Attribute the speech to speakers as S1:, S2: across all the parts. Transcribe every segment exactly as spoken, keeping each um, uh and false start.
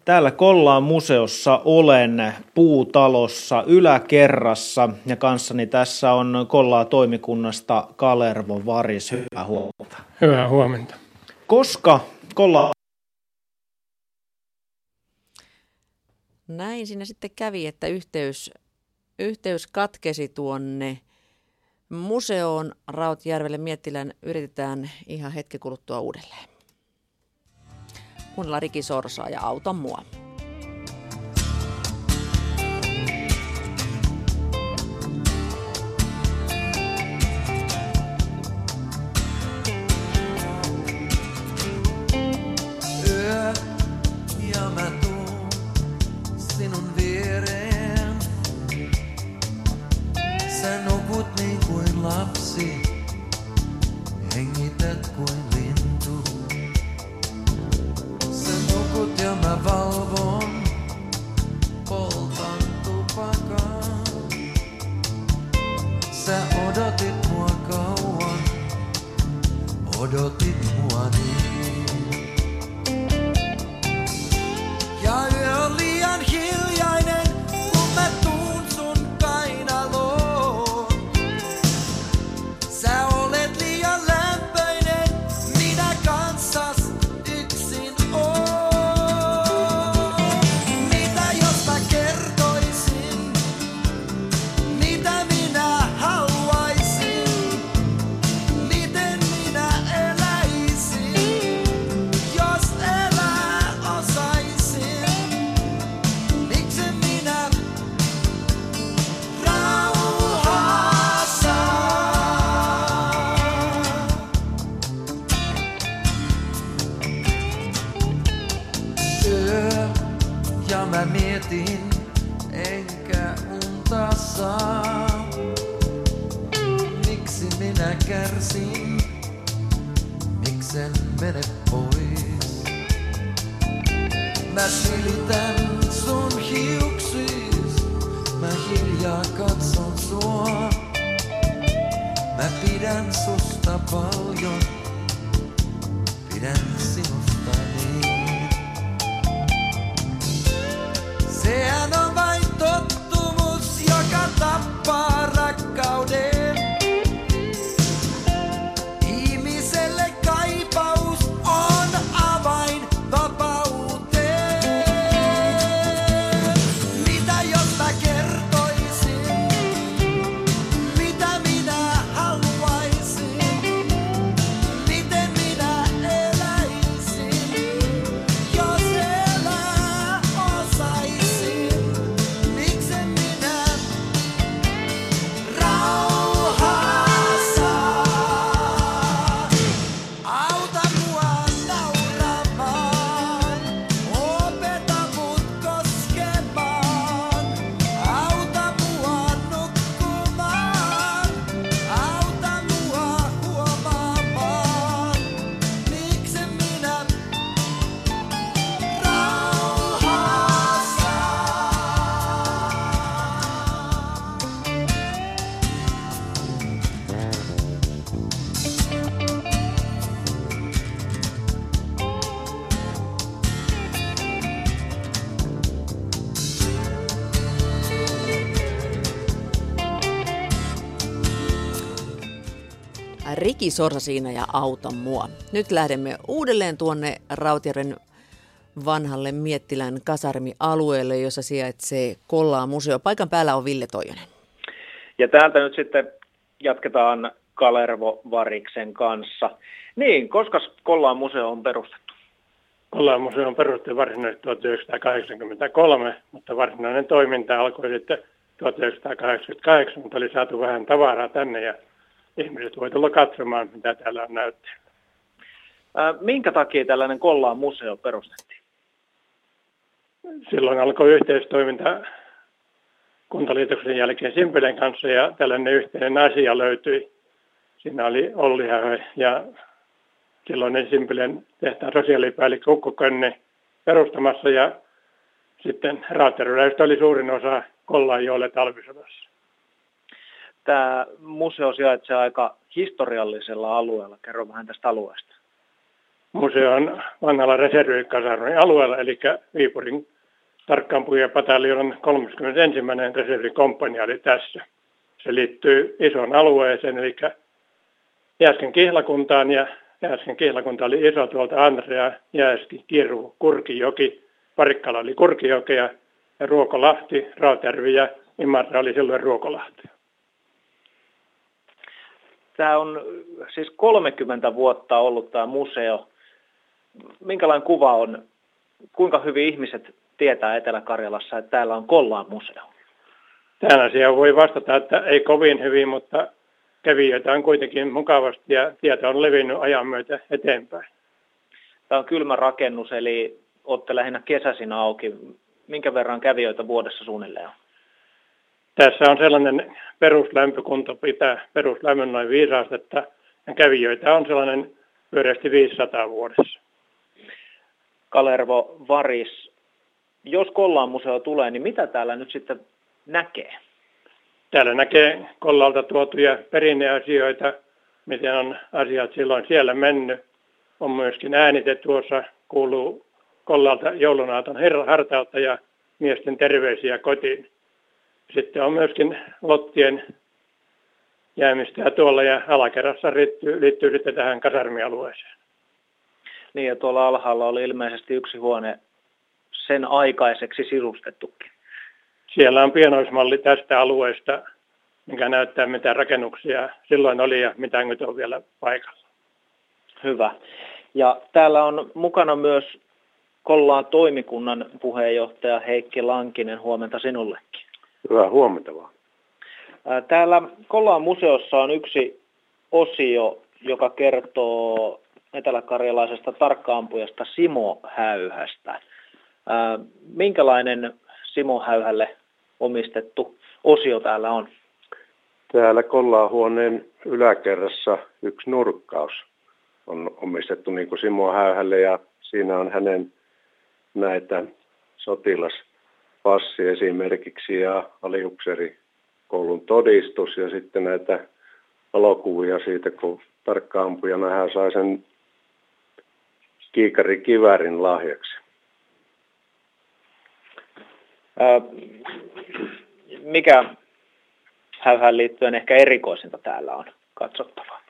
S1: Täällä Kollaan museossa olen puutalossa yläkerrassa ja kanssani tässä on Kollaa toimikunnasta Kalervo Varis. Hyvää huomenta.
S2: Hyvää huomenta.
S1: Koska Kolla...
S3: Näin siinä sitten kävi, että yhteys, yhteys katkesi tuonne museoon Rautjärvelle. Miettilän yritetään ihan hetken kuluttua uudelleen. Kuunnellaan Riki Sorsaa ja Auta mua.
S4: Yö ja mä tuun sinun viereen. Sä nukut niin kuin lapsi, hengität kuin lintu. Sä nukut ja mä valvon, poltan tupakaa. Sä odotit mua kauan, odotit mua niin. Ja yö on liian hiljainen, kun mä tuun sun kainaloon. Sä olet liian lämpöinen, minä kanssas yksin oon. Mitä jos mä kertoisin, mitä minä haluaisin, miten minä eläisin, jos elää osaisin, miksen minä rauhaa saan. Yö ja mä mietin, enkä unta saa. Miksi minä kärsin, miksen mene pois? Mä silitän sun hiuksis, mä hiljaa katson sua. Mä pidän susta paljon, pidän sinusta niin. Sehän on vain tottumus, joka tappaa rakkauden. Ihmiselle kaipaus on avain vapauteen. Mitä jos mä kertoisin, mitä minä haluaisin, miten minä eläisin, jos elää osaisin, miksen minä rauhaa saan. Auta mua nauramaan, opeta mut koskemaan. Auta mua nukkumaan, auta mua huomaamaan, miksen minä rauhaa saan.
S3: Riki Sorsa siinä ja Auta mua. Nyt lähdemme uudelleen tuonne Rautjärven vanhalle Miettilän kasarmialueelle, jossa sijaitsee Kollaan museo. Paikan päällä on Ville Toijonen.
S1: Ja täältä nyt sitten jatketaan Kalervo Variksen kanssa. Niin, koska Kollaan museo on perustettu?
S2: Kollaan museo on perustettu varsinaisesti tuhatyhdeksänsataakahdeksankymmentäkolme, mutta varsinainen toiminta alkoi sitten tuhatyhdeksänsataakahdeksankymmentäkahdeksan, mutta oli saatu vähän tavaraa tänne ja ihmiset voi tulla katsomaan, mitä täällä on näyttöä.
S1: Ää, minkä takia tällainen Kollaan museo perustettiin?
S2: Silloin alkoi yhteistoiminta Kuntaliitoksen jälkeen Simpelen kanssa ja tällainen yhteinen asia löytyi. Siinä oli Olli Hähö ja silloinen Simpelen tehtaan sosiaalipäällikkö Ukko Könne perustamassa ja sitten Rautjärveläistä oli suurin osa Kollaanjoelle talvisodassa.
S1: Tämä museo sijaitsee aika historiallisella alueella. Kerro vähän tästä alueesta.
S2: museon vanhalla reservikasarmin alueella, eli Viipurin tarkkaampujapataljonan kolmaskymmenesensimmäinen reservikomppania oli tässä. Se liittyy isoon alueeseen, eli Jääsken kihlakuntaan, ja Jääsken kihlakunta oli iso tuolta Andrea, Jääski, Kiru, Kurkijoki, Parikkala oli Kurkijokea, ja Ruokolahti, Rautjärvi ja Imatra oli silloin Ruokolahti.
S5: Tämä on siis kolmekymmentä vuotta ollut tämä museo. Minkälainen kuva on, kuinka hyvin ihmiset tietää Etelä-Karjalassa, että täällä on Kollaan museo?
S2: Tähän asiaan voi vastata, että ei kovin hyvin, mutta kävijöitä on kuitenkin mukavasti ja tieto on levinnyt ajan myötä eteenpäin.
S5: Tämä on kylmä rakennus, eli olette lähinnä kesäisin auki. Minkä verran kävijöitä vuodessa suunnilleen on?
S2: Tässä on sellainen peruslämpökunta pitää peruslämmön noin viisi astetta ja kävijöitä on sellainen pyöreästi viisisataa vuodessa.
S5: Kalervo Varis, jos Kollaan museo tulee, niin mitä täällä nyt sitten näkee?
S2: Täällä näkee Kollalta tuotuja perinneasioita, miten on asiat silloin siellä mennyt. On myöskin äänitetty tuossa, kuuluu Kollalta joulunaaton hartautta ja miesten terveisiä kotiin. Sitten on myöskin lottien jäämistä tuolla ja alakerrassa liittyy, liittyy sitten tähän kasarmialueeseen.
S5: Niin ja tuolla alhaalla oli ilmeisesti yksi huone sen aikaiseksi sisustettukin.
S2: Siellä on pienoismalli tästä alueesta, mikä näyttää mitä rakennuksia silloin oli ja mitä nyt on vielä paikalla.
S5: Hyvä. Ja täällä on mukana myös Kollaan toimikunnan puheenjohtaja Heikki Lankinen. Huomenta sinullekin.
S6: Hyvää huomenta vaan.
S5: Täällä Kollaan museossa on yksi osio, joka kertoo eteläkarjalaisesta tarkkaampujasta Simo Häyhästä. Minkälainen Simo Häyhälle omistettu osio täällä on?
S6: Täällä Kollaan huoneen yläkerrassa yksi nurkkaus on omistettu niin kuin Simo Häyhälle ja siinä on hänen näitä sotilaspassi esimerkiksi ja aliupseerikoulun todistus ja sitten näitä valokuvia siitä, kun tarkkaampujana hän sai sen kiikarikiväärin lahjaksi.
S5: Ää, mikä Häyhään liittyen ehkä erikoisinta täällä on katsottavaa?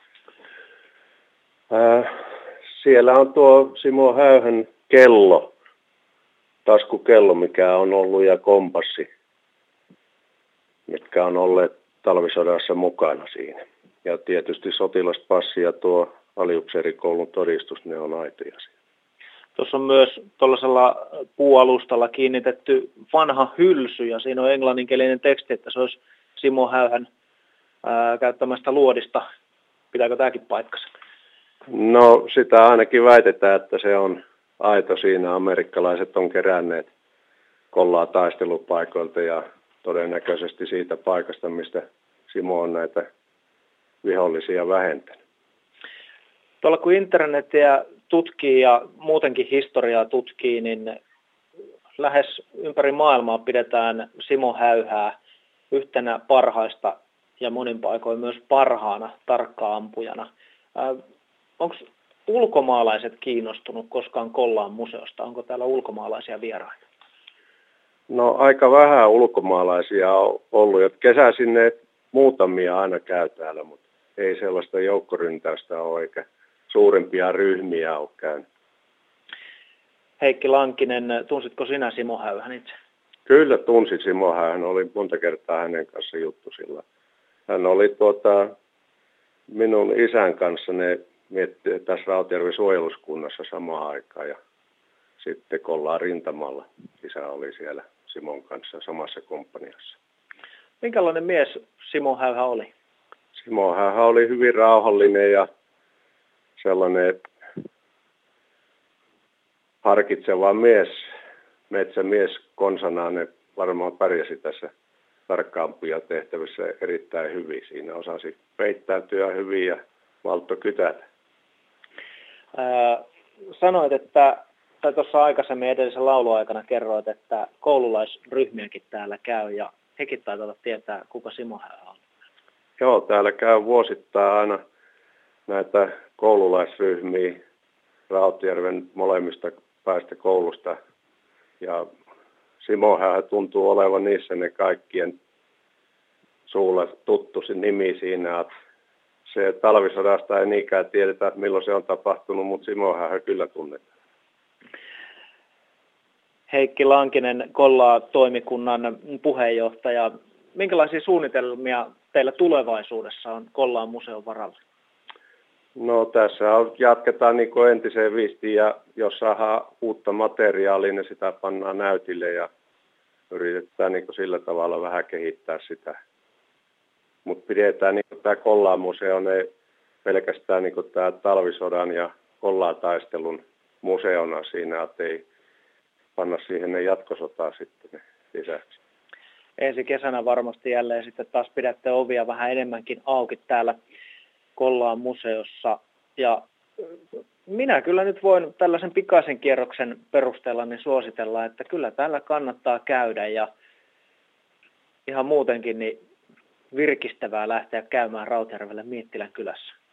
S6: Ää, siellä on tuo Simo Häyhän kello, taskukello, mikä on ollut, ja kompassi, mitkä on olleet talvisodassa mukana siinä. Ja tietysti sotilaspassi ja tuo aliupseerikoulun todistus, ne on aitoja siinä.
S5: Tuossa on myös tuollaisella puualustalla kiinnitetty vanha hylsy, ja siinä on englanninkielinen teksti, että se olisi Simo Häyhän ää, käyttämästä luodista. Pitääkö tämäkin paikkansa?
S6: No sitä ainakin väitetään, että se on aito siinä. Amerikkalaiset on keränneet Kollaa taistelupaikoilta ja todennäköisesti siitä paikasta, mistä Simo on näitä vihollisia vähentänyt.
S5: Tuolla kun internetiä tutkii ja muutenkin historiaa tutkii, niin lähes ympäri maailmaa pidetään Simo Häyhää yhtenä parhaista ja monin paikoin myös parhaana tarkkaampujana. Onko ulkomaalaiset kiinnostunut koskaan Kollaan museosta? Onko täällä ulkomaalaisia vieraita?
S6: No aika vähän ulkomaalaisia on ollut. Että kesäisin ne muutamia aina käy täällä, mutta ei sellaista joukkoryntäystä ole eikä suurempia ryhmiä ole käynyt.
S5: Heikki Lankinen, tunsitko sinä Simo Häyhän itse?
S6: Kyllä tunsin Simo Häyhän, oli monta kertaa hänen kanssa juttu sillä. Hän oli tuota, minun isän kanssa, ne mietti tässä Rautjärven suojeluskunnassa samaan aikaan ja sitten Kollaan rintamalla. Isä oli siellä Simon kanssa samassa komppaniassa.
S5: Minkälainen mies Simo Häyhä oli?
S6: Simo Häyhä oli hyvin rauhallinen ja sellainen harkitseva mies, metsämies konsanaan, ne varmaan pärjäsi tässä tarkkaampuja-tehtävissä erittäin hyvin. Siinä osasi peittäytyä hyvin ja maltto kytätä.
S5: Ää, sanoit, että, tai tuossa aikaisemmin edellisen lauluaikana kerroit, että koululaisryhmiäkin täällä käy ja hekin taitavat tietää, kuka Simo Häyhä on.
S6: Joo, täällä käy vuosittain aina näitä koululaisryhmiä Rautjärven molemmista päästä koulusta. Ja Simohan tuntuu olevan niissä ne kaikkien suulla tuttu se nimi siinä, että se talvisodasta ei niinkään tiedetä, että milloin se on tapahtunut, mutta Simohan kyllä tunnetaan.
S5: Heikki Lankinen, Kollaa-toimikunnan puheenjohtaja. Minkälaisia suunnitelmia teillä tulevaisuudessa on Kollaan museon varalla?
S6: No tässä on, jatketaan niin kuin entiseen viistiin ja jos saadaan uutta materiaalia, niin sitä pannaan näytille ja yritetään niin kuin sillä tavalla vähän kehittää sitä. Mutta pidetään niin kuin tämä Kollaan museo ei pelkästään niin kuin tämä talvisodan ja Kollaan taistelun museona siinä, että ei panna siihen ne jatkosotaa sitten lisäksi.
S5: Ensi kesänä varmasti jälleen sitten taas pidätte ovia vähän enemmänkin auki täällä Kollaan museossa. Ja minä kyllä nyt voin tällaisen pikaisen kierroksen perusteella niin suositella, että kyllä täällä kannattaa käydä ja ihan muutenkin niin virkistävää lähteä käymään Rautjärvelle Miettilän kylässä.